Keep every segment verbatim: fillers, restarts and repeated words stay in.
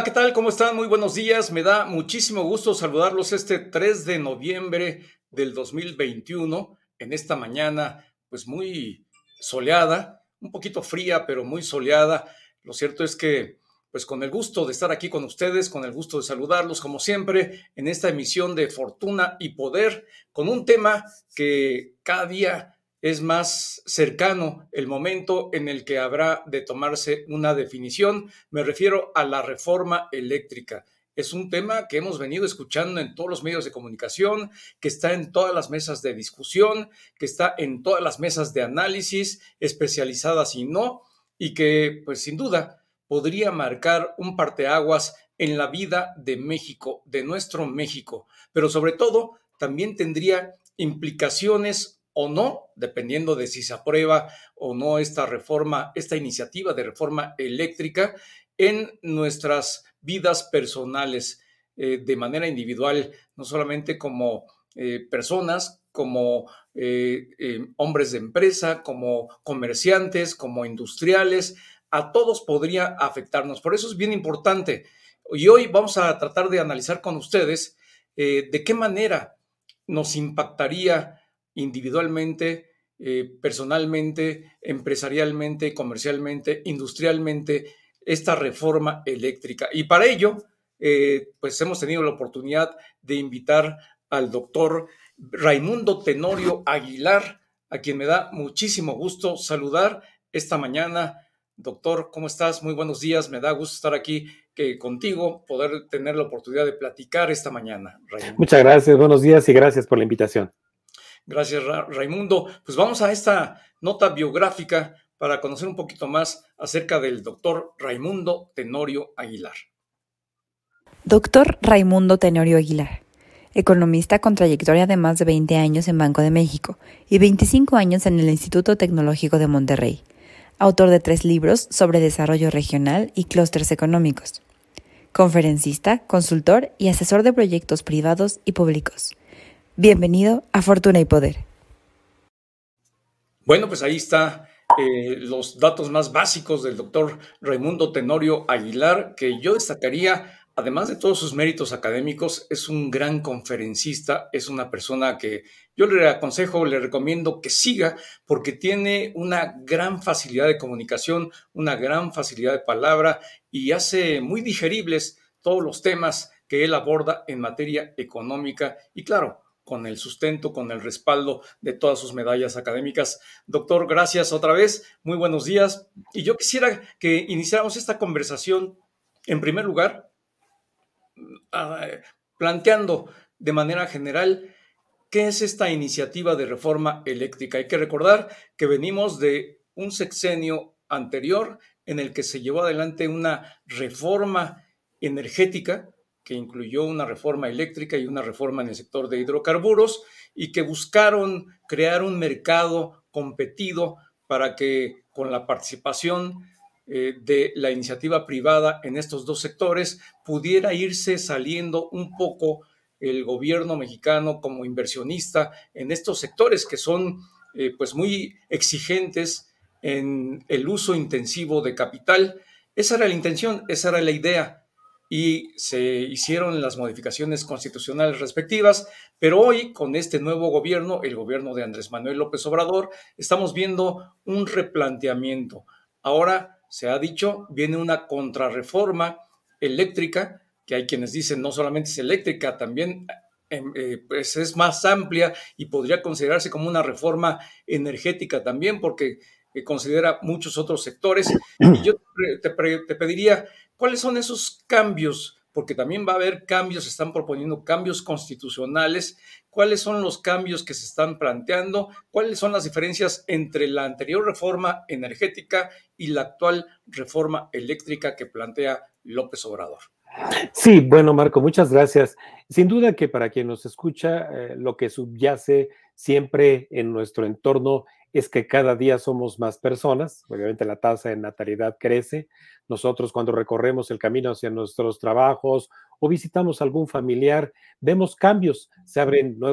Hola, ¿qué tal? ¿Cómo están? Muy buenos días. Me da muchísimo gusto saludarlos este tres de noviembre del dos mil veintiuno, en esta mañana, pues muy soleada, un poquito fría, pero muy soleada. Lo cierto es que, pues con el gusto de estar aquí con ustedes, con el gusto de saludarlos, como siempre, en esta emisión de Fortuna y Poder, con un tema que cada día es más cercano el momento en el que habrá de tomarse una definición. Me refiero a la reforma eléctrica. Es un tema que hemos venido escuchando en todos los medios de comunicación, que está en todas las mesas de discusión, que está en todas las mesas de análisis, especializadas y no, y que, pues sin duda, podría marcar un parteaguas en la vida de México, de nuestro México, pero sobre todo también tendría implicaciones o no, dependiendo de si se aprueba o no esta reforma, esta iniciativa de reforma eléctrica en nuestras vidas personales, eh, de manera individual, no solamente como eh, personas, como eh, eh, hombres de empresa, como comerciantes, como industriales, a todos podría afectarnos. Por eso es bien importante. Y hoy vamos a tratar de analizar con ustedes eh, de qué manera nos impactaría individualmente, eh, personalmente, empresarialmente, comercialmente, industrialmente, esta reforma eléctrica. Y para ello, eh, pues hemos tenido la oportunidad de invitar al doctor Raimundo Tenorio Aguilar, a quien me da muchísimo gusto saludar esta mañana. Doctor, ¿cómo estás? Muy buenos días. Me da gusto estar aquí que contigo, poder tener la oportunidad de platicar esta mañana, Raimundo. Muchas gracias, buenos días y gracias por la invitación. Gracias, Ra Raimundo. Pues vamos a esta nota biográfica para conocer un poquito más acerca del doctor Raimundo Tenorio Aguilar. Doctor Raimundo Tenorio Aguilar, economista con trayectoria de más de veinte años en Banco de México y veinticinco años en el Instituto Tecnológico de Monterrey, autor de tres libros sobre desarrollo regional y clústeres económicos, conferencista, consultor y asesor de proyectos privados y públicos. Bienvenido a Fortuna y Poder. Bueno, pues ahí está eh, los datos más básicos del doctor Raimundo Tenorio Aguilar, que yo destacaría, además de todos sus méritos académicos, es un gran conferencista, es una persona que yo le aconsejo, le recomiendo que siga, porque tiene una gran facilidad de comunicación, una gran facilidad de palabra y hace muy digeribles todos los temas que él aborda en materia económica y claro, con el sustento, con el respaldo de todas sus medallas académicas. Doctor, gracias otra vez, muy buenos días. Y yo quisiera que iniciáramos esta conversación, en primer lugar, uh, planteando de manera general qué es esta iniciativa de reforma eléctrica. Hay que recordar que venimos de un sexenio anterior en el que se llevó adelante una reforma energética que incluyó una reforma eléctrica y una reforma en el sector de hidrocarburos y que buscaron crear un mercado competido para que con la participación eh, de la iniciativa privada en estos dos sectores pudiera irse saliendo un poco el gobierno mexicano como inversionista en estos sectores que son eh, pues muy exigentes en el uso intensivo de capital. Esa era la intención, esa era la idea y se hicieron las modificaciones constitucionales respectivas, pero hoy con este nuevo gobierno, el gobierno de Andrés Manuel López Obrador, estamos viendo un replanteamiento. Ahora se ha dicho, viene una contrarreforma eléctrica, que hay quienes dicen no solamente es eléctrica, también eh, pues es más amplia y podría considerarse como una reforma energética también, porque eh, considera muchos otros sectores. Y yo te, te, te pediría, ¿cuáles son esos cambios? Porque también va a haber cambios, se están proponiendo cambios constitucionales. ¿Cuáles son los cambios que se están planteando? ¿Cuáles son las diferencias entre la anterior reforma energética y la actual reforma eléctrica que plantea López Obrador? Sí, bueno, Marco, muchas gracias. Sin duda que para quien nos escucha, eh, lo que subyace siempre en nuestro entorno es que cada día somos más personas. Obviamente la tasa de natalidad crece. Nosotros cuando recorremos el camino hacia nuestros trabajos o visitamos a algún familiar, vemos cambios, se abren nuevos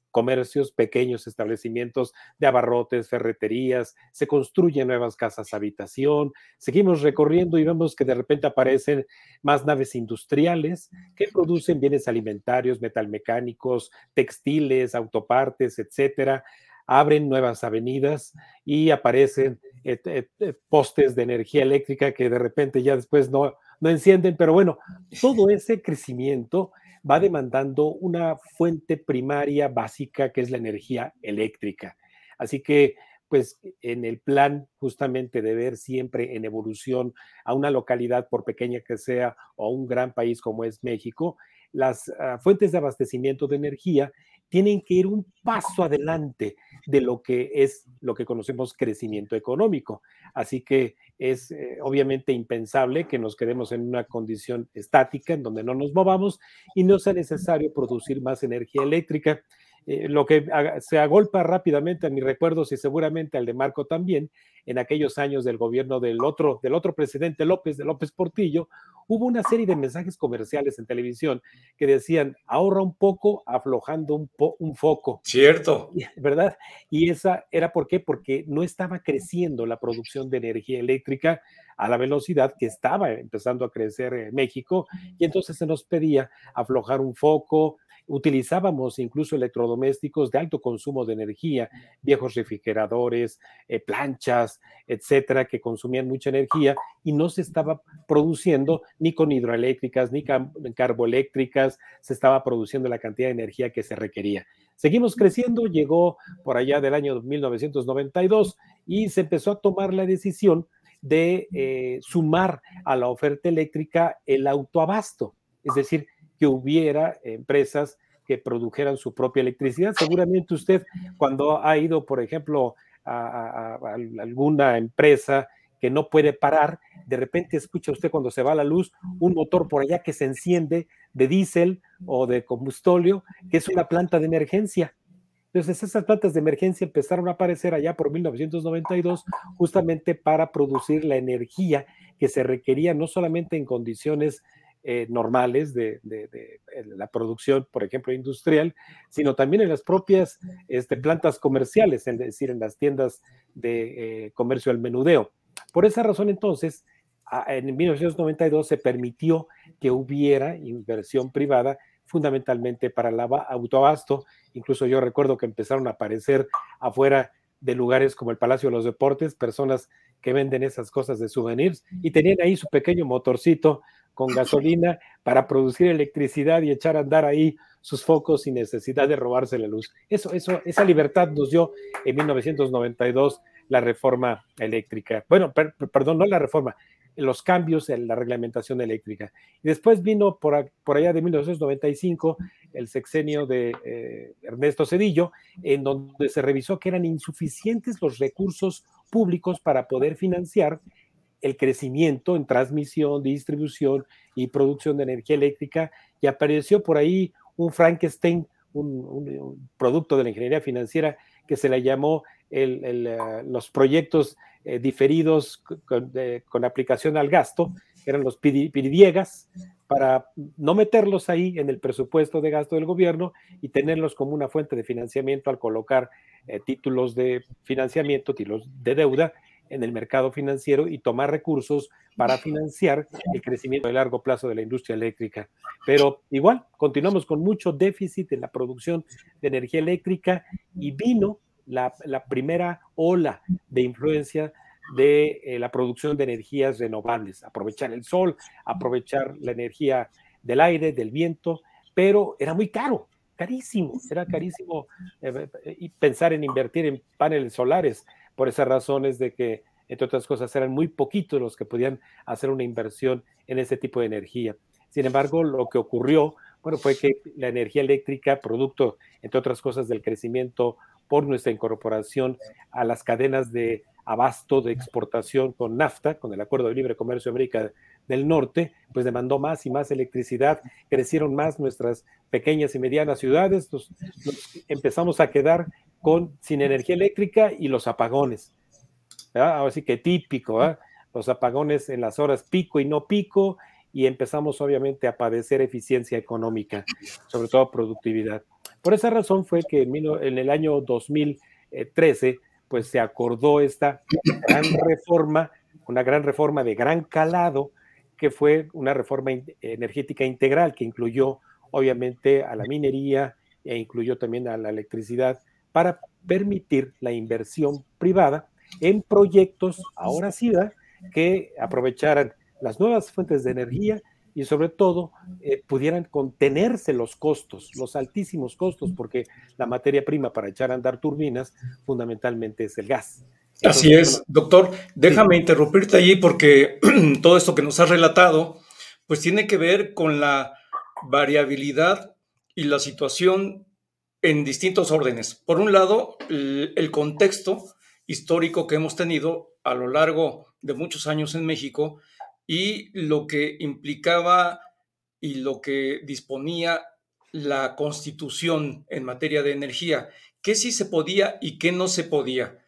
comercios, pequeños establecimientos de abarrotes, ferreterías, se construyen nuevas casas habitación, seguimos recorriendo y vemos que de repente aparecen más naves industriales que producen bienes alimentarios, metalmecánicos, textiles, autopartes, etcétera. Abren nuevas avenidas y aparecen eh, eh, postes de energía eléctrica que de repente ya después no, no encienden, pero bueno, todo ese crecimiento va demandando una fuente primaria básica que es la energía eléctrica. Así que, pues, en el plan justamente de ver siempre en evolución a una localidad, por pequeña que sea, o a un gran país como es México, las uh, fuentes de abastecimiento de energía tienen que ir un paso adelante de lo que es lo que conocemos crecimiento económico. Así que es eh, obviamente impensable que nos quedemos en una condición estática en donde no nos movamos y no sea necesario producir más energía eléctrica. Eh, lo que haga, se agolpa rápidamente a mis recuerdos y seguramente al de Marco también, en aquellos años del gobierno del otro, del otro presidente López, de López Portillo, hubo una serie de mensajes comerciales en televisión que decían, ahorra un poco aflojando un, po un foco. Cierto. ¿Verdad? Y esa era ¿por qué? Porque no estaba creciendo la producción de energía eléctrica a la velocidad que estaba empezando a crecer en México, y entonces se nos pedía aflojar un foco. Utilizábamos incluso electrodomésticos de alto consumo de energía, viejos refrigeradores, eh, planchas, etcétera, que consumían mucha energía y no se estaba produciendo ni con hidroeléctricas ni carboeléctricas, se estaba produciendo la cantidad de energía que se requería. Seguimos creciendo, llegó por allá del año mil novecientos noventa y dos y se empezó a tomar la decisión de eh, sumar a la oferta eléctrica el autoabasto, es decir, que hubiera empresas que produjeran su propia electricidad. Seguramente usted, cuando ha ido, por ejemplo, a, a, a alguna empresa que no puede parar, de repente escucha usted cuando se va la luz un motor por allá que se enciende de diésel o de combustóleo, que es una planta de emergencia. Entonces esas plantas de emergencia empezaron a aparecer allá por mil novecientos noventa y dos justamente para producir la energía que se requería no solamente en condiciones Eh, normales de, de, de, de la producción, por ejemplo, industrial, sino también en las propias este, plantas comerciales, es decir, en las tiendas de eh, comercio al menudeo. Por esa razón, entonces, a, en mil novecientos noventa y dos se permitió que hubiera inversión privada fundamentalmente para el autoabasto. Incluso yo recuerdo que empezaron a aparecer afuera de lugares como el Palacio de los Deportes, personas que venden esas cosas de souvenirs y tenían ahí su pequeño motorcito con gasolina para producir electricidad y echar a andar ahí sus focos sin necesidad de robarse la luz. Eso, eso, esa libertad nos dio en mil novecientos noventa y dos la reforma eléctrica. Bueno, per, perdón, no la reforma, los cambios en la reglamentación eléctrica. Y después vino por, por allá de mil novecientos noventa y cinco el sexenio de eh, Ernesto Zedillo, en donde se revisó que eran insuficientes los recursos públicos para poder financiar el crecimiento en transmisión, distribución y producción de energía eléctrica, y apareció por ahí un Frankenstein, un, un, un producto de la ingeniería financiera que se le llamó el, el, uh, los proyectos eh, diferidos con, de, con aplicación al gasto, que eran los piridiegas, para no meterlos ahí en el presupuesto de gasto del gobierno y tenerlos como una fuente de financiamiento al colocar eh, títulos de financiamiento, títulos de deuda en el mercado financiero y tomar recursos para financiar el crecimiento de largo plazo de la industria eléctrica. Pero igual, continuamos con mucho déficit en la producción de energía eléctrica y vino la, la primera ola de influencia de eh, la producción de energías renovables, aprovechar el sol, aprovechar la energía del aire, del viento, pero era muy caro, carísimo, era carísimo eh, y pensar en invertir en paneles solares, por esas razones de que, entre otras cosas, eran muy poquitos los que podían hacer una inversión en ese tipo de energía. Sin embargo, lo que ocurrió, bueno, fue que la energía eléctrica, producto, entre otras cosas, del crecimiento por nuestra incorporación a las cadenas de abasto de exportación con NAFTA, con el Acuerdo de Libre Comercio de América del Norte, pues demandó más y más electricidad, crecieron más nuestras pequeñas y medianas ciudades, nos, nos empezamos a quedar con, sin energía eléctrica y los apagones, ¿verdad? Así que típico, ¿eh? Los apagones en las horas pico y no pico, y empezamos obviamente a padecer eficiencia económica, sobre todo productividad. Por esa razón fue que en, en el año dos mil trece pues se acordó esta gran reforma, una gran reforma de gran calado, que fue una reforma energética integral que incluyó obviamente a la minería e incluyó también a la electricidad para permitir la inversión privada en proyectos, ahora sí, ¿verdad?, que aprovecharan las nuevas fuentes de energía y sobre todo eh, pudieran contenerse los costos, los altísimos costos, porque la materia prima para echar a andar turbinas fundamentalmente es el gas. Entonces, así es, bueno, doctor. Déjame sí. interrumpirte allí porque todo esto que nos has relatado, pues tiene que ver con la variabilidad y la situación en distintos órdenes. Por un lado, el, el contexto histórico que hemos tenido a lo largo de muchos años en México y lo que implicaba y lo que disponía la Constitución en materia de energía, qué sí se podía y qué no se podía.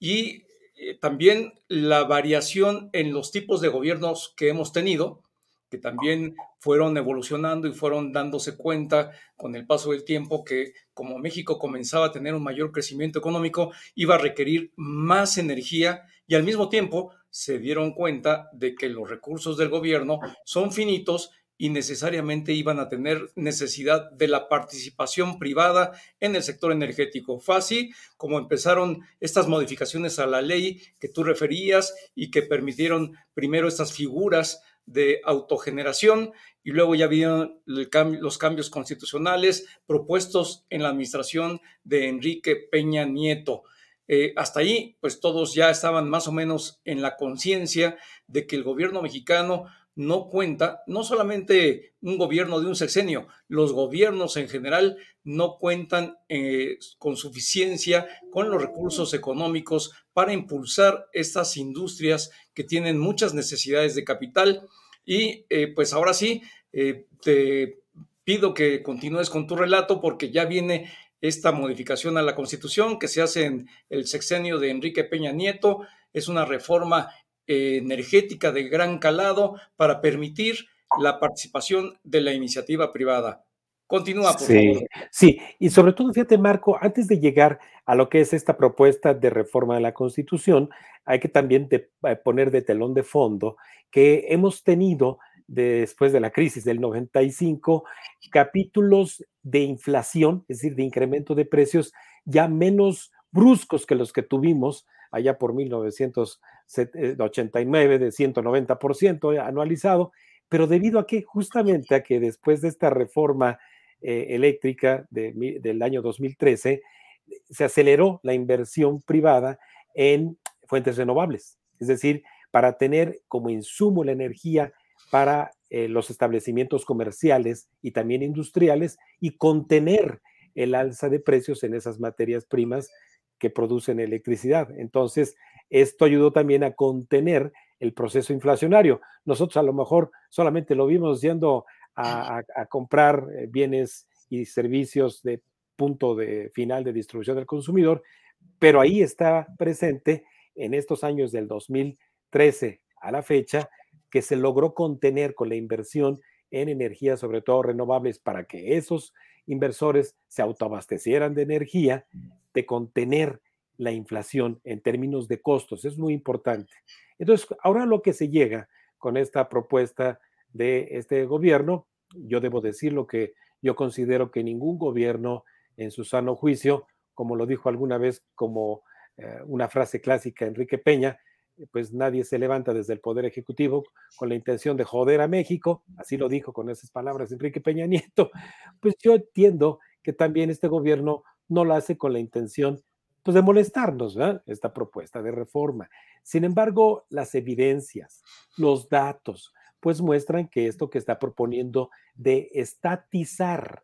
Y eh, también la variación en los tipos de gobiernos que hemos tenido, que también fueron evolucionando y fueron dándose cuenta con el paso del tiempo que como México comenzaba a tener un mayor crecimiento económico, iba a requerir más energía y al mismo tiempo se dieron cuenta de que los recursos del gobierno son finitos y necesariamente iban a tener necesidad de la participación privada en el sector energético. Fue así como empezaron estas modificaciones a la ley que tú referías y que permitieron primero estas figuras de autogeneración y luego ya vieron el cambio, los cambios constitucionales propuestos en la administración de Enrique Peña Nieto. Eh, hasta ahí, pues todos ya estaban más o menos en la conciencia de que el gobierno mexicano no cuenta, no solamente un gobierno de un sexenio, los gobiernos en general no cuentan eh, con suficiencia, con los recursos económicos para impulsar estas industrias que tienen muchas necesidades de capital. Y eh, pues ahora sí, eh, te pido que continúes con tu relato porque ya viene esta modificación a la Constitución que se hace en el sexenio de Enrique Peña Nieto. Es una reforma eh, energética de gran calado para permitir la participación de la iniciativa privada. Continúa, por sí, favor. Sí, y sobre todo, fíjate, Marco, antes de llegar a lo que es esta propuesta de reforma de la Constitución, hay que también de, eh, poner de telón de fondo que hemos tenido, después de la crisis del noventa y cinco, capítulos de inflación, es decir, de incremento de precios ya menos bruscos que los que tuvimos allá por mil novecientos ochenta y nueve, de ciento noventa por ciento anualizado, pero debido a que justamente a que después de esta reforma Eh, eléctrica de, del año dos mil trece, se aceleró la inversión privada en fuentes renovables, es decir, para tener como insumo la energía para eh, los establecimientos comerciales y también industriales y contener el alza de precios en esas materias primas que producen electricidad. Entonces, esto ayudó también a contener el proceso inflacionario. Nosotros a lo mejor solamente lo vimos yendo A, a, a, comprar bienes y servicios de punto de final de distribución del consumidor, pero ahí está presente en estos años del dos mil trece a la fecha que se logró contener con la inversión en energías, sobre todo renovables, para que esos inversores se autoabastecieran de energía, de contener la inflación en términos de costos. Es muy importante. Entonces, ahora lo que se llega con esta propuesta de este gobierno, yo debo decirlo que yo considero que ningún gobierno en su sano juicio, como lo dijo alguna vez como eh, una frase clásica Enrique Peña, pues nadie se levanta desde el Poder Ejecutivo con la intención de joder a México, así lo dijo con esas palabras Enrique Peña Nieto. Pues yo entiendo que también este gobierno no lo hace con la intención pues, de molestarnos, ¿verdad?, esta propuesta de reforma. Sin embargo, las evidencias, los datos, pues muestran que esto que está proponiendo de estatizar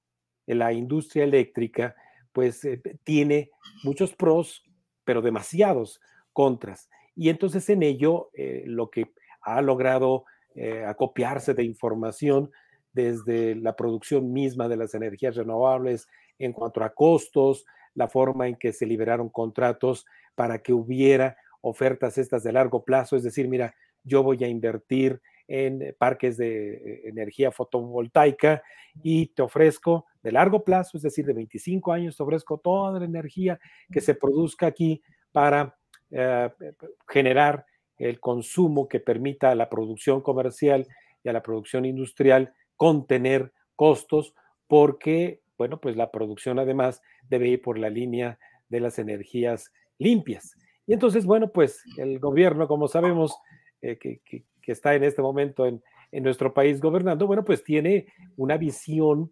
la industria eléctrica, pues eh, tiene muchos pros, pero demasiados contras. Y entonces en ello eh, lo que ha logrado eh, acopiarse de información desde la producción misma de las energías renovables en cuanto a costos, la forma en que se liberaron contratos para que hubiera ofertas estas de largo plazo, es decir, mira, yo voy a invertir en parques de energía fotovoltaica y te ofrezco de largo plazo, es decir, de veinticinco años, te ofrezco toda la energía que se produzca aquí para eh, generar el consumo que permita a la producción comercial y a la producción industrial contener costos, porque, bueno, pues la producción además debe ir por la línea de las energías limpias. Y entonces, bueno, pues el gobierno, como sabemos, eh, que, que, que, está en este momento en, en nuestro país gobernando, bueno, pues tiene una visión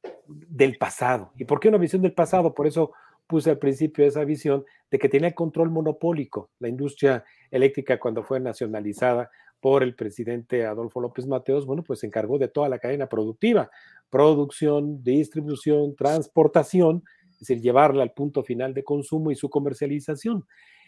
del pasado. ¿Y por qué una visión del pasado? Por eso puse al principio esa visión de que tenía control monopólico. La industria eléctrica, cuando fue nacionalizada por el presidente Adolfo López Mateos, bueno, pues se encargó de toda la cadena productiva, producción, distribución, transportación, es decir, llevarla al punto final de consumo y su comercialización.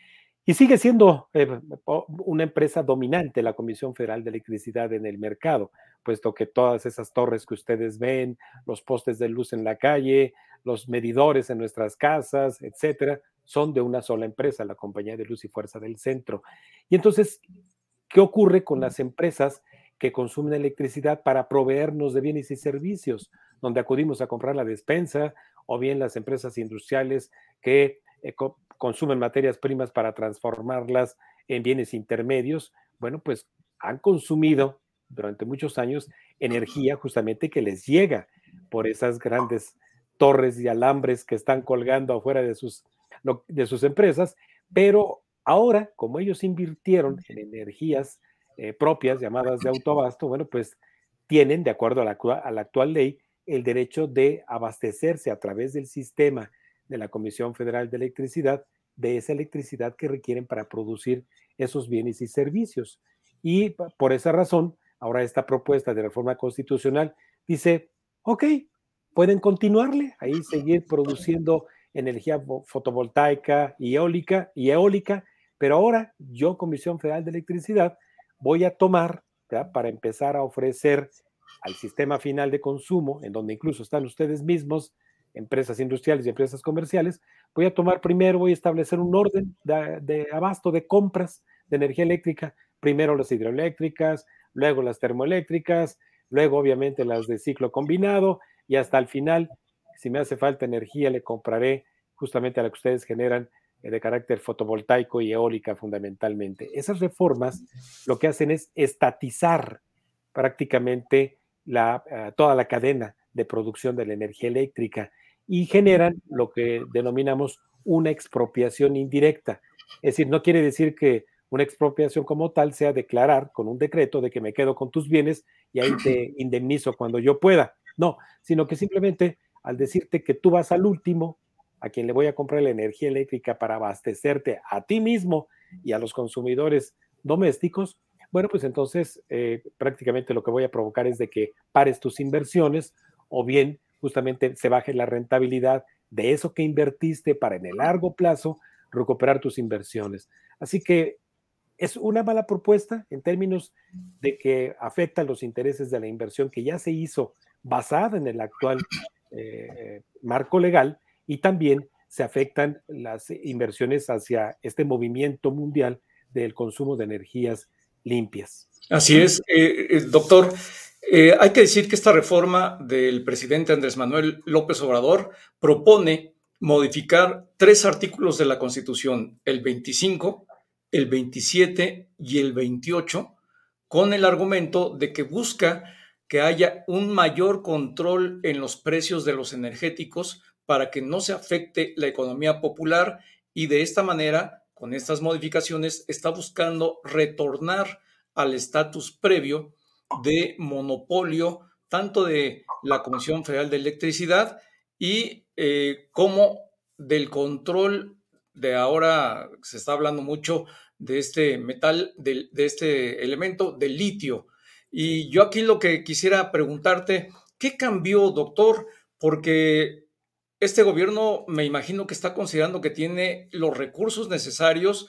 Y sigue siendo eh, una empresa dominante la Comisión Federal de Electricidad en el mercado, puesto que todas esas torres que ustedes ven, los postes de luz en la calle, los medidores en nuestras casas, etcétera, son de una sola empresa, la Compañía de Luz y Fuerza del Centro. Y entonces, ¿qué ocurre con las empresas que consumen electricidad para proveernos de bienes y servicios, donde acudimos a comprar la despensa, o bien las empresas industriales que eh, consumen materias primas para transformarlas en bienes intermedios? Bueno, pues han consumido durante muchos años energía justamente que les llega por esas grandes torres y alambres que están colgando afuera de sus, de sus empresas, pero ahora, como ellos invirtieron en energías eh, propias llamadas de autoabasto, bueno, pues tienen, de acuerdo a la, a la actual ley, el derecho de abastecerse a través del sistema de la Comisión Federal de Electricidad de esa electricidad que requieren para producir esos bienes y servicios. Y por esa razón, ahora esta propuesta de reforma constitucional dice, ok, pueden continuarle, ahí seguir produciendo energía fotovoltaica y eólica, y eólica, pero ahora yo, Comisión Federal de Electricidad, voy a tomar, ¿verdad?, para empezar a ofrecer al sistema final de consumo, en donde incluso están ustedes mismos, empresas industriales y empresas comerciales, voy a tomar primero, voy a establecer un orden de, de abasto de compras de energía eléctrica, primero las hidroeléctricas, luego las termoeléctricas, luego obviamente las de ciclo combinado, y hasta el final, si me hace falta energía, le compraré justamente a la que ustedes generan eh, de carácter fotovoltaico y eólica fundamentalmente. Esas reformas lo que hacen es estatizar prácticamente la, uh, toda la cadena de producción de la energía eléctrica y generan lo que denominamos una expropiación indirecta. Es decir, no quiere decir que una expropiación como tal sea declarar con un decreto de que me quedo con tus bienes y ahí te indemnizo cuando yo pueda. No, sino que simplemente al decirte que tú vas al último, a quien le voy a comprar la energía eléctrica para abastecerte a ti mismo y a los consumidores domésticos, bueno, pues entonces eh, prácticamente lo que voy a provocar es de que pares tus inversiones o bien justamente se baje la rentabilidad de eso que invertiste para en el largo plazo recuperar tus inversiones. Así que es una mala propuesta en términos de que afecta los intereses de la inversión que ya se hizo basada en el actual eh, marco legal, y también se afectan las inversiones hacia este movimiento mundial del consumo de energías limpias. Así es, eh, eh, doctor. Eh, hay que decir que esta reforma del presidente Andrés Manuel López Obrador propone modificar tres artículos de la Constitución, el veinticinco, el veintisiete y el veintiocho, con el argumento de que busca que haya un mayor control en los precios de los energéticos para que no se afecte la economía popular, y de esta manera, con estas modificaciones, está buscando retornar al estatus previo de monopolio tanto de la Comisión Federal de Electricidad y eh, como del control de ahora, se está hablando mucho de este metal, de, de este elemento, del litio. Y yo aquí lo que quisiera preguntarte, ¿qué cambió, doctor? Porque este gobierno me imagino que está considerando que tiene los recursos necesarios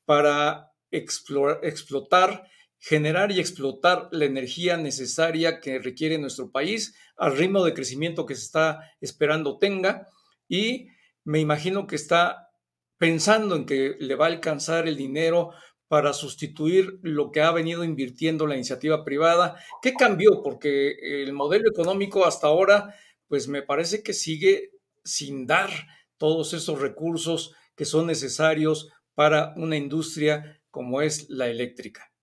para explorar, explotar, generar y explotar la energía necesaria que requiere nuestro país al ritmo de crecimiento que se está esperando tenga, y me imagino que está pensando en que le va a alcanzar el dinero para sustituir lo que ha venido invirtiendo la iniciativa privada? ¿Qué cambió? Porque el modelo económico hasta ahora, pues me parece que sigue sin dar todos esos recursos que son necesarios para una industria como es la eléctrica.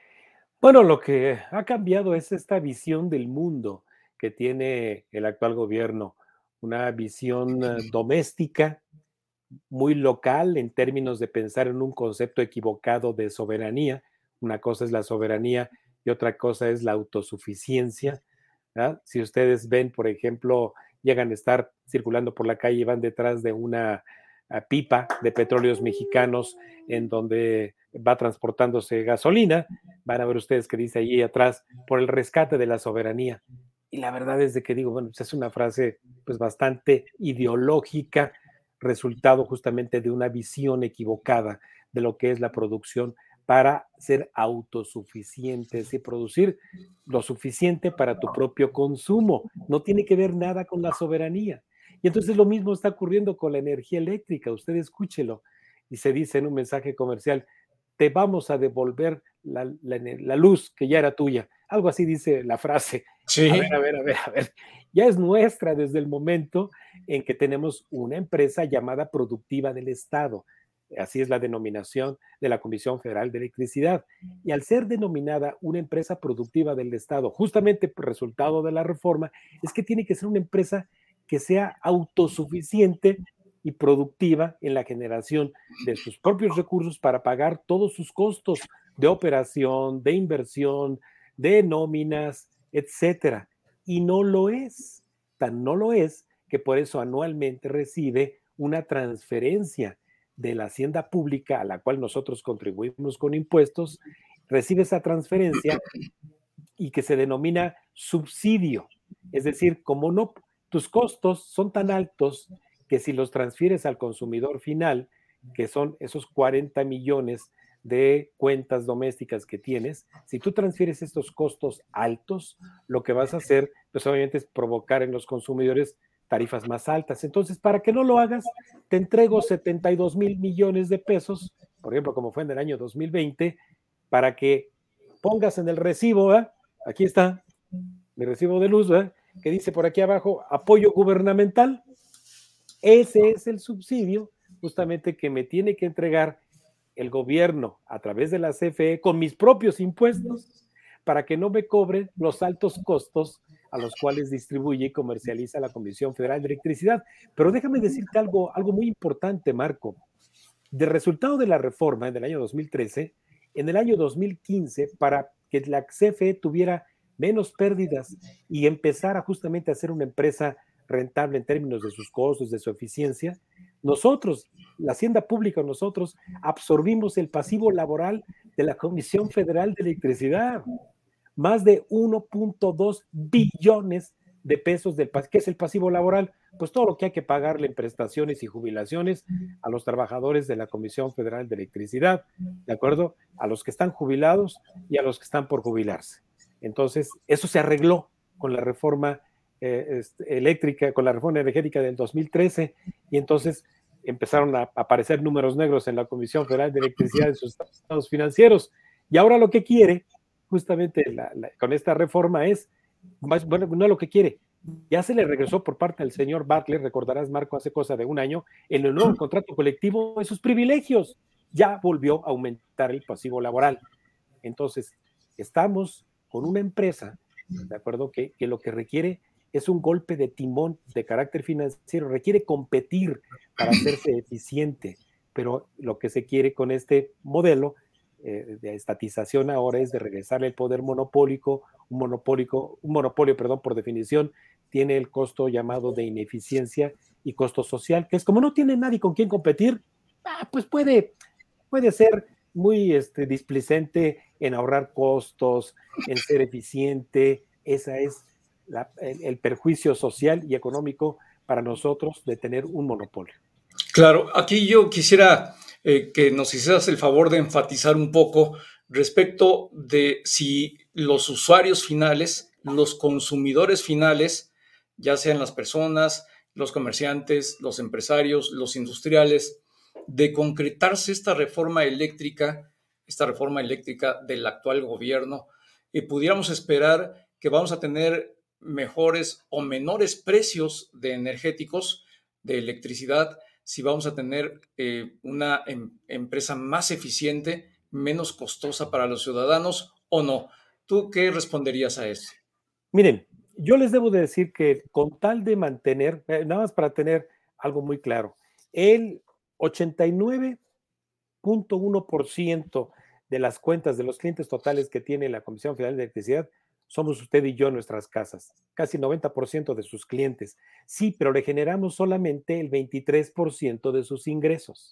Bueno, lo que ha cambiado es esta visión del mundo que tiene el actual gobierno, una visión eh, doméstica, muy local en términos de pensar en un concepto equivocado de soberanía. Una cosa es la soberanía y otra cosa es la autosuficiencia. ¿Verdad? Si ustedes ven, por ejemplo, llegan a estar circulando por la calle y van detrás de una uh, pipa de petróleos mexicanos en donde va transportándose gasolina, van a ver ustedes que dice ahí atrás, por el rescate de la soberanía. Y la verdad es de que digo, bueno, pues es una frase pues bastante ideológica, resultado justamente de una visión equivocada de lo que es la producción para ser autosuficientes y producir lo suficiente para tu propio consumo. No tiene que ver nada con la soberanía. Y entonces lo mismo está ocurriendo con la energía eléctrica. Usted escúchelo. Y se dice en un mensaje comercial, te vamos a devolver la, la, la luz que ya era tuya. Algo así dice la frase. Sí. A ver, a ver, a ver, a ver. Ya es nuestra desde el momento en que tenemos una empresa llamada productiva del Estado. Así es la denominación de la Comisión Federal de Electricidad. Y al ser denominada una empresa productiva del Estado, justamente por resultado de la reforma, es que tiene que ser una empresa que sea autosuficiente y productiva en la generación de sus propios recursos para pagar todos sus costos de operación, de inversión, de nóminas, etcétera. Y no lo es. Tan no lo es que por eso anualmente recibe una transferencia de la hacienda pública a la cual nosotros contribuimos con impuestos, recibe esa transferencia y que se denomina subsidio. Es decir, como no, tus costos son tan altos que si los transfieres al consumidor final, que son esos cuarenta millones de cuentas domésticas que tienes, si tú transfieres estos costos altos, lo que vas a hacer, pues obviamente es provocar en los consumidores tarifas más altas. Entonces, para que no lo hagas, te entrego setenta y dos mil millones de pesos, por ejemplo, como fue en el año dos mil veinte, para que pongas en el recibo, ¿eh? Aquí está mi recibo de luz, ¿eh? Que dice por aquí abajo, apoyo gubernamental. Ese es el subsidio justamente que me tiene que entregar el gobierno a través de la C F E con mis propios impuestos para que no me cobren los altos costos a los cuales distribuye y comercializa la Comisión Federal de Electricidad. Pero déjame decirte algo, algo muy importante, Marco. De resultado de la reforma del año dos mil trece, en el año dos mil quince, para que la C F E tuviera menos pérdidas y empezara justamente a ser una empresa rentable en términos de sus costos, de su eficiencia, nosotros, la hacienda pública, nosotros absorbimos el pasivo laboral de la Comisión Federal de Electricidad. Más de uno punto dos billones de pesos del ¿qué es el pasivo laboral? Pues todo lo que hay que pagarle en prestaciones y jubilaciones a los trabajadores de la Comisión Federal de Electricidad, ¿de acuerdo? A los que están jubilados y a los que están por jubilarse. Entonces, eso se arregló con la reforma eh, eléctrica, con la reforma energética del dos mil trece, y entonces empezaron a aparecer números negros en la Comisión Federal de Electricidad en sus estados financieros. Y ahora lo que quiere, justamente la, la, con esta reforma es, bueno, no lo que quiere, ya se le regresó por parte del señor Bartlett, recordarás, Marco, hace cosa de un año, en el nuevo contrato colectivo, esos privilegios, ya volvió a aumentar el pasivo laboral. Entonces, estamos con una empresa, ¿de acuerdo?, que, que lo que requiere es un golpe de timón de carácter financiero, requiere competir para hacerse eficiente, pero lo que se quiere con este modelo eh, de estatización ahora es de regresarle el poder monopólico, un monopólico, un monopolio, perdón, por definición, tiene el costo llamado de ineficiencia y costo social, que es como no tiene nadie con quien competir, ah, pues puede, puede ser muy este, displicente en ahorrar costos, en ser eficiente. Esa es la, el, el perjuicio social y económico para nosotros de tener un monopolio. Claro, aquí yo quisiera eh, que nos hicieras el favor de enfatizar un poco respecto de si los usuarios finales, los consumidores finales, ya sean las personas, los comerciantes, los empresarios, los industriales, de concretarse esta reforma eléctrica, esta reforma eléctrica del actual gobierno, y pudiéramos esperar que vamos a tener mejores o menores precios de energéticos, de electricidad, si vamos a tener eh, una em, empresa más eficiente, menos costosa para los ciudadanos o no. ¿Tú qué responderías a esto? Miren, yo les debo de decir que con tal de mantener, eh, nada más para tener algo muy claro, el ochenta y nueve punto uno por ciento de las cuentas de los clientes totales que tiene la Comisión Federal de Electricidad somos usted y yo en nuestras casas, casi noventa por ciento de sus clientes. Sí, pero le generamos solamente el veintitrés por ciento de sus ingresos.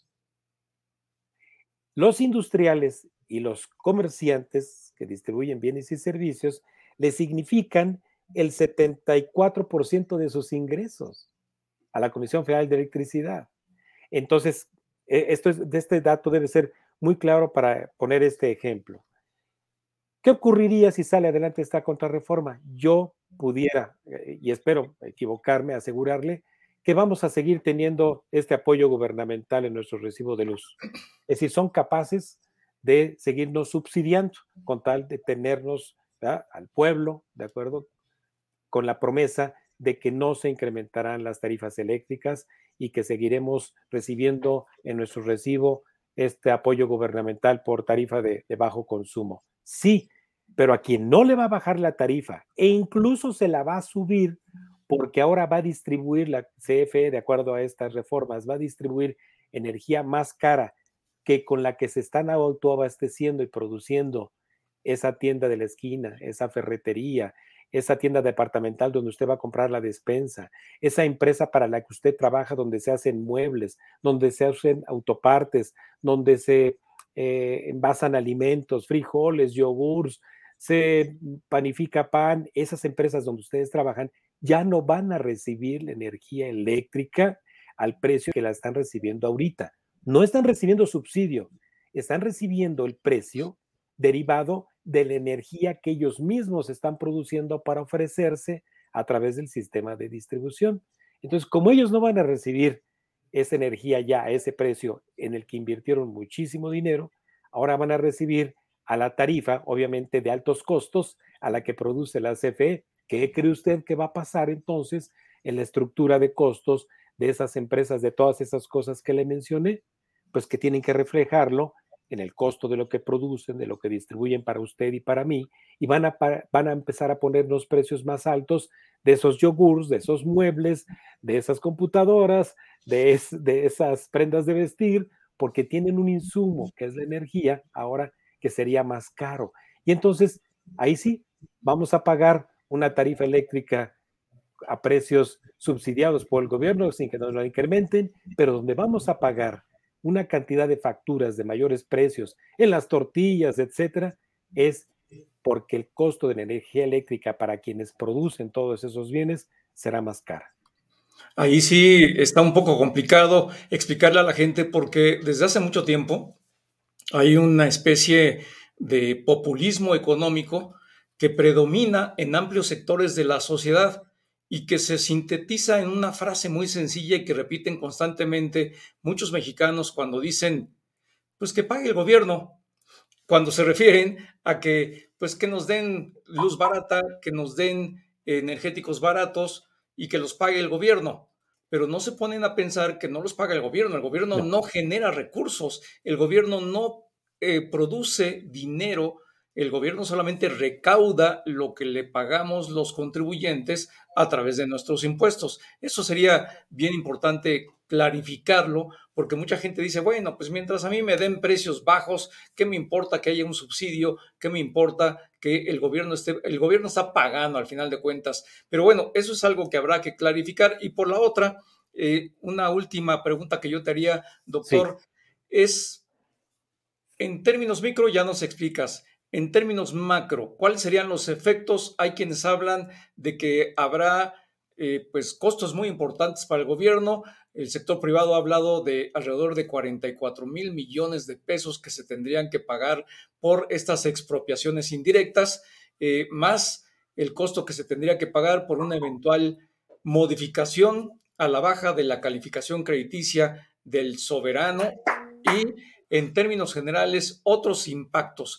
Los industriales y los comerciantes que distribuyen bienes y servicios le significan el setenta y cuatro por ciento de sus ingresos a la Comisión Federal de Electricidad. Entonces, esto es, de este dato debe ser muy claro para poner este ejemplo. ¿Qué ocurriría si sale adelante esta contrarreforma? Yo pudiera, y espero equivocarme, asegurarle que vamos a seguir teniendo este apoyo gubernamental en nuestro recibo de luz. Es decir, son capaces de seguirnos subsidiando con tal de tenernos, ¿verdad?, al pueblo, ¿de acuerdo?, con la promesa de que no se incrementarán las tarifas eléctricas y que seguiremos recibiendo en nuestro recibo este apoyo gubernamental por tarifa de, de bajo consumo. Sí, pero a quien no le va a bajar la tarifa e incluso se la va a subir porque ahora va a distribuir la C F E, de acuerdo a estas reformas, va a distribuir energía más cara que con la que se están autoabasteciendo y produciendo esa tienda de la esquina, esa ferretería, esa tienda departamental donde usted va a comprar la despensa, esa empresa para la que usted trabaja donde se hacen muebles, donde se hacen autopartes, donde se eh, envasan alimentos, frijoles, yogurts, se panifica pan. Esas empresas donde ustedes trabajan ya no van a recibir la energía eléctrica al precio que la están recibiendo ahorita. No están recibiendo subsidio, están recibiendo el precio derivado de la energía que ellos mismos están produciendo para ofrecerse a través del sistema de distribución. Entonces, como ellos no van a recibir esa energía ya a ese precio en el que invirtieron muchísimo dinero, ahora van a recibir a la tarifa, obviamente de altos costos, a la que produce la C F E. ¿Qué cree usted que va a pasar entonces en la estructura de costos de esas empresas, de todas esas cosas que le mencioné? Pues que tienen que reflejarlo en el costo de lo que producen, de lo que distribuyen para usted y para mí, y van a, van a empezar a ponernos precios más altos de esos yogurts, de esos muebles, de esas computadoras, de, es, de esas prendas de vestir, porque tienen un insumo, que es la energía, ahora que sería más caro. Y entonces, ahí sí, vamos a pagar una tarifa eléctrica a precios subsidiados por el gobierno sin que nos lo incrementen, pero donde vamos a pagar una cantidad de facturas de mayores precios en las tortillas, etcétera, es porque el costo de la energía eléctrica para quienes producen todos esos bienes será más cara. Ahí sí está un poco complicado explicarle a la gente porque desde hace mucho tiempo hay una especie de populismo económico que predomina en amplios sectores de la sociedad y que se sintetiza en una frase muy sencilla y que repiten constantemente muchos mexicanos cuando dicen, pues que pague el gobierno, cuando se refieren a que, pues que nos den luz barata, que nos den energéticos baratos y que los pague el gobierno. Pero no se ponen a pensar que no los paga el gobierno, el gobierno no, no genera recursos, el gobierno no eh, produce dinero, el gobierno solamente recauda lo que le pagamos los contribuyentes a través de nuestros impuestos. Eso sería bien importante clarificarlo, porque mucha gente dice, bueno, pues mientras a mí me den precios bajos, ¿qué me importa que haya un subsidio? ¿Qué me importa que el gobierno esté, el gobierno está pagando al final de cuentas? Pero bueno, eso es algo que habrá que clarificar. Y por la otra, eh, una última pregunta que yo te haría, doctor, sí. es, en términos micro ya nos explicas, en términos macro, ¿cuáles serían los efectos? Hay quienes hablan de que habrá eh, pues costos muy importantes para el gobierno. El sector privado ha hablado de alrededor de cuarenta y cuatro mil millones de pesos que se tendrían que pagar por estas expropiaciones indirectas, eh, más el costo que se tendría que pagar por una eventual modificación a la baja de la calificación crediticia del soberano y en términos generales, otros impactos.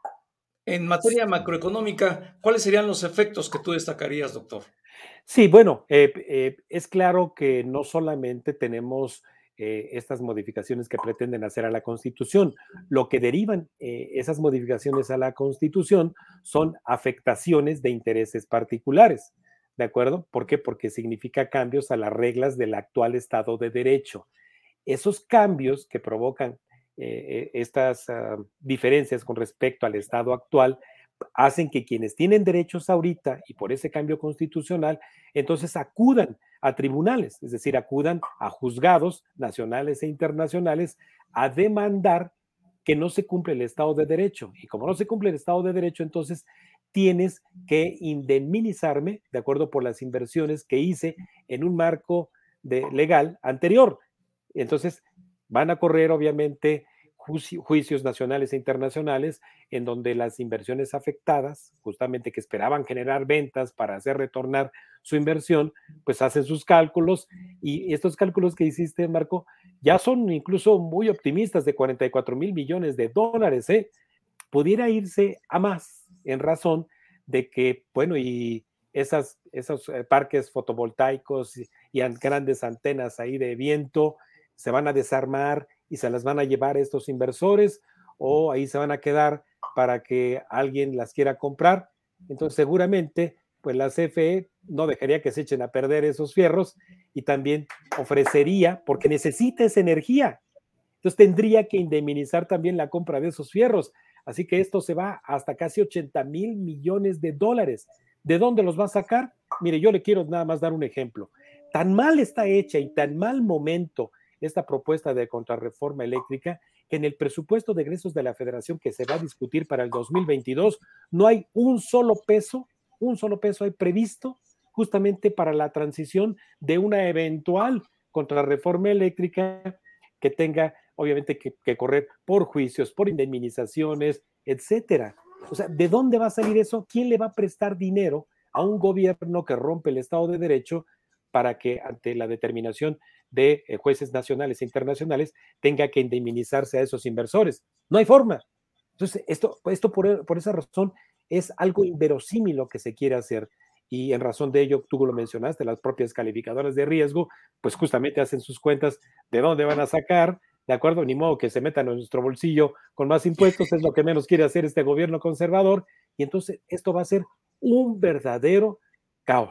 En materia macroeconómica, ¿cuáles serían los efectos que tú destacarías, doctor? Sí, bueno, eh, eh, es claro que no solamente tenemos eh, estas modificaciones que pretenden hacer a la Constitución, lo que derivan eh, esas modificaciones a la Constitución son afectaciones de intereses particulares, ¿de acuerdo? ¿Por qué? Porque significa cambios a las reglas del actual Estado de Derecho. Esos cambios que provocan eh, estas uh, diferencias con respecto al Estado actual hacen que quienes tienen derechos ahorita y por ese cambio constitucional, entonces acudan a tribunales, es decir, acudan a juzgados nacionales e internacionales a demandar que no se cumple el Estado de Derecho. Y como no se cumple el Estado de Derecho, entonces tienes que indemnizarme de acuerdo por las inversiones que hice en un marco de legal anterior. Entonces van a correr, obviamente, juicios nacionales e internacionales en donde las inversiones afectadas, justamente que esperaban generar ventas para hacer retornar su inversión, pues hacen sus cálculos y estos cálculos que hiciste, Marco, ya son incluso muy optimistas de cuarenta y cuatro mil millones de dólares, ¿eh? Pudiera irse a más en razón de que, bueno, y esas, esos parques fotovoltaicos y, y grandes antenas ahí de viento se van a desarmar y se las van a llevar estos inversores o ahí se van a quedar para que alguien las quiera comprar. Entonces seguramente pues la C F E no dejaría que se echen a perder esos fierros y también ofrecería, porque necesita esa energía, entonces tendría que indemnizar también la compra de esos fierros. Así que esto se va hasta casi ochenta mil millones de dólares. ¿De dónde los va a sacar? Mire, yo le quiero nada más dar un ejemplo. Tan mal está hecha y tan mal momento esta propuesta de contrarreforma eléctrica que en el presupuesto de egresos de la Federación que se va a discutir para el dos mil veintidós no hay un solo peso, un solo peso hay previsto justamente para la transición de una eventual contrarreforma eléctrica que tenga obviamente que, que correr por juicios, por indemnizaciones, etcétera. O sea, ¿de dónde va a salir eso? ¿Quién le va a prestar dinero a un gobierno que rompe el Estado de Derecho para que ante la determinación de eh, jueces nacionales e internacionales tenga que indemnizarse a esos inversores? No hay forma. Entonces, esto, esto por, por esa razón es algo inverosímil lo que se quiere hacer. Y en razón de ello, tú lo mencionaste, las propias calificadoras de riesgo, pues justamente hacen sus cuentas de dónde van a sacar, ¿de acuerdo? Ni modo que se metan en nuestro bolsillo con más impuestos, es lo que menos quiere hacer este gobierno conservador, y entonces esto va a ser un verdadero caos.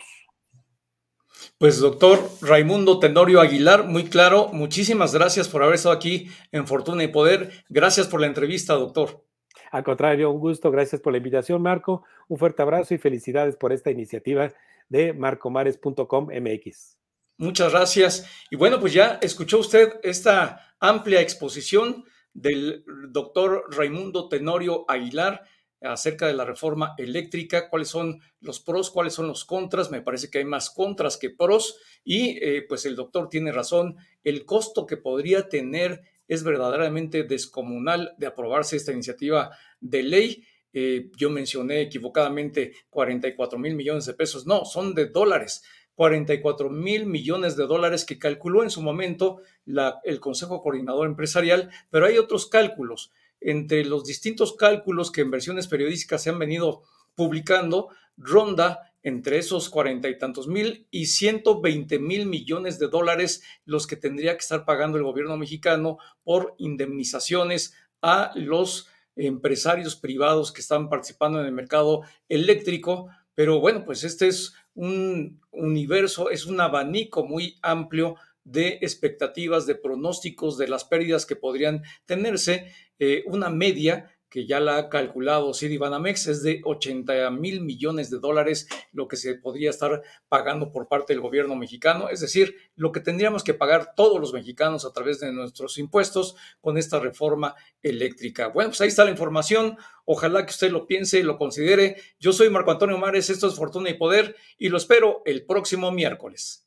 Pues doctor Raimundo Tenorio Aguilar, muy claro, muchísimas gracias por haber estado aquí en Fortuna y Poder. Gracias por la entrevista, doctor. Al contrario, un gusto, gracias por la invitación, Marco. Un fuerte abrazo y felicidades por esta iniciativa de marcomares punto com M X. Muchas gracias. Y bueno, pues ya escuchó usted esta amplia exposición del doctor Raimundo Tenorio Aguilar acerca de la reforma eléctrica, cuáles son los pros, cuáles son los contras. Me parece que hay más contras que pros y eh, pues el doctor tiene razón. El costo que podría tener es verdaderamente descomunal de aprobarse esta iniciativa de ley. Eh, yo mencioné equivocadamente cuarenta y cuatro mil millones de pesos. No, son de dólares. cuarenta y cuatro mil millones de dólares que calculó en su momento la, el Consejo Coordinador Empresarial, pero hay otros cálculos. Entre los distintos cálculos que en versiones periodísticas se han venido publicando, ronda entre esos cuarenta y tantos mil y ciento veinte mil millones de dólares los que tendría que estar pagando el gobierno mexicano por indemnizaciones a los empresarios privados que están participando en el mercado eléctrico. Pero bueno, pues este es un universo, es un abanico muy amplio de expectativas, de pronósticos, de las pérdidas que podrían tenerse. Eh, una media que ya la ha calculado Citibanamex es de ochenta mil millones de dólares lo que se podría estar pagando por parte del gobierno mexicano, es decir, lo que tendríamos que pagar todos los mexicanos a través de nuestros impuestos con esta reforma eléctrica. Bueno, pues ahí está la información, ojalá que usted lo piense, lo considere. Yo soy Marco Antonio Mares, esto es Fortuna y Poder y lo espero el próximo miércoles.